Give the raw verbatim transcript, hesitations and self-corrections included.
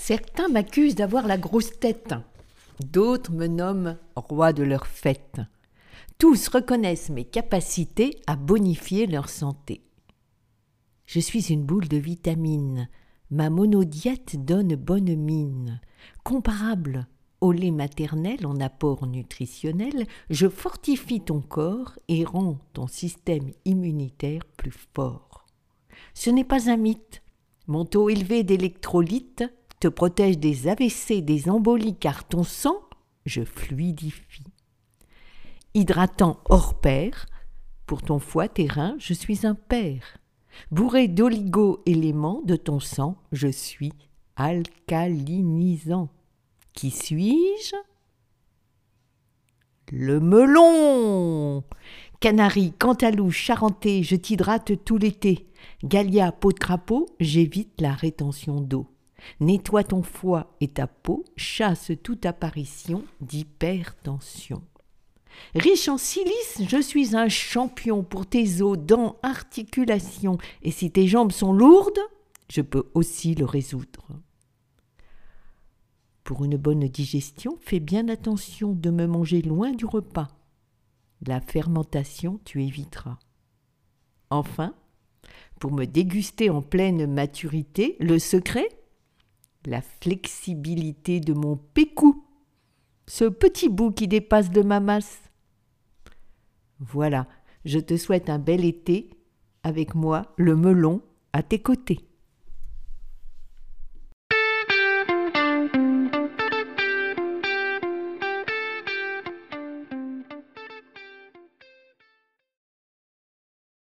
Certains m'accusent d'avoir la grosse tête. D'autres me nomment roi de leur fête. Tous reconnaissent mes capacités à bonifier leur santé. Je suis une boule de vitamines. Ma monodiète donne bonne mine. Comparable au lait maternel en apport nutritionnel, je fortifie ton corps et rends ton système immunitaire plus fort. Ce n'est pas un mythe. Mon taux élevé d'électrolytes te protège des A V C, des embolies, car ton sang, je fluidifie. Hydratant hors pair, pour ton foie, tes reins, je suis un père. Bourré d'oligo-éléments de ton sang, je suis alcalinisant. Qui suis-je? Le melon! Canari, cantalou, charentais, je t'hydrate tout l'été. Gallia, peau de crapaud, j'évite la rétention d'eau. Nettoie ton foie et ta peau, chasse toute apparition d'hypertension. Riche en silice, je suis un champion pour tes os, dents, articulations. Et si tes jambes sont lourdes, je peux aussi le résoudre. Pour une bonne digestion, fais bien attention de me manger loin du repas. La fermentation, tu éviteras. Enfin, pour me déguster en pleine maturité, le secret, la flexibilité de mon pécou, ce petit bout qui dépasse de ma masse. Voilà, je te souhaite un bel été, avec moi, le melon, à tes côtés.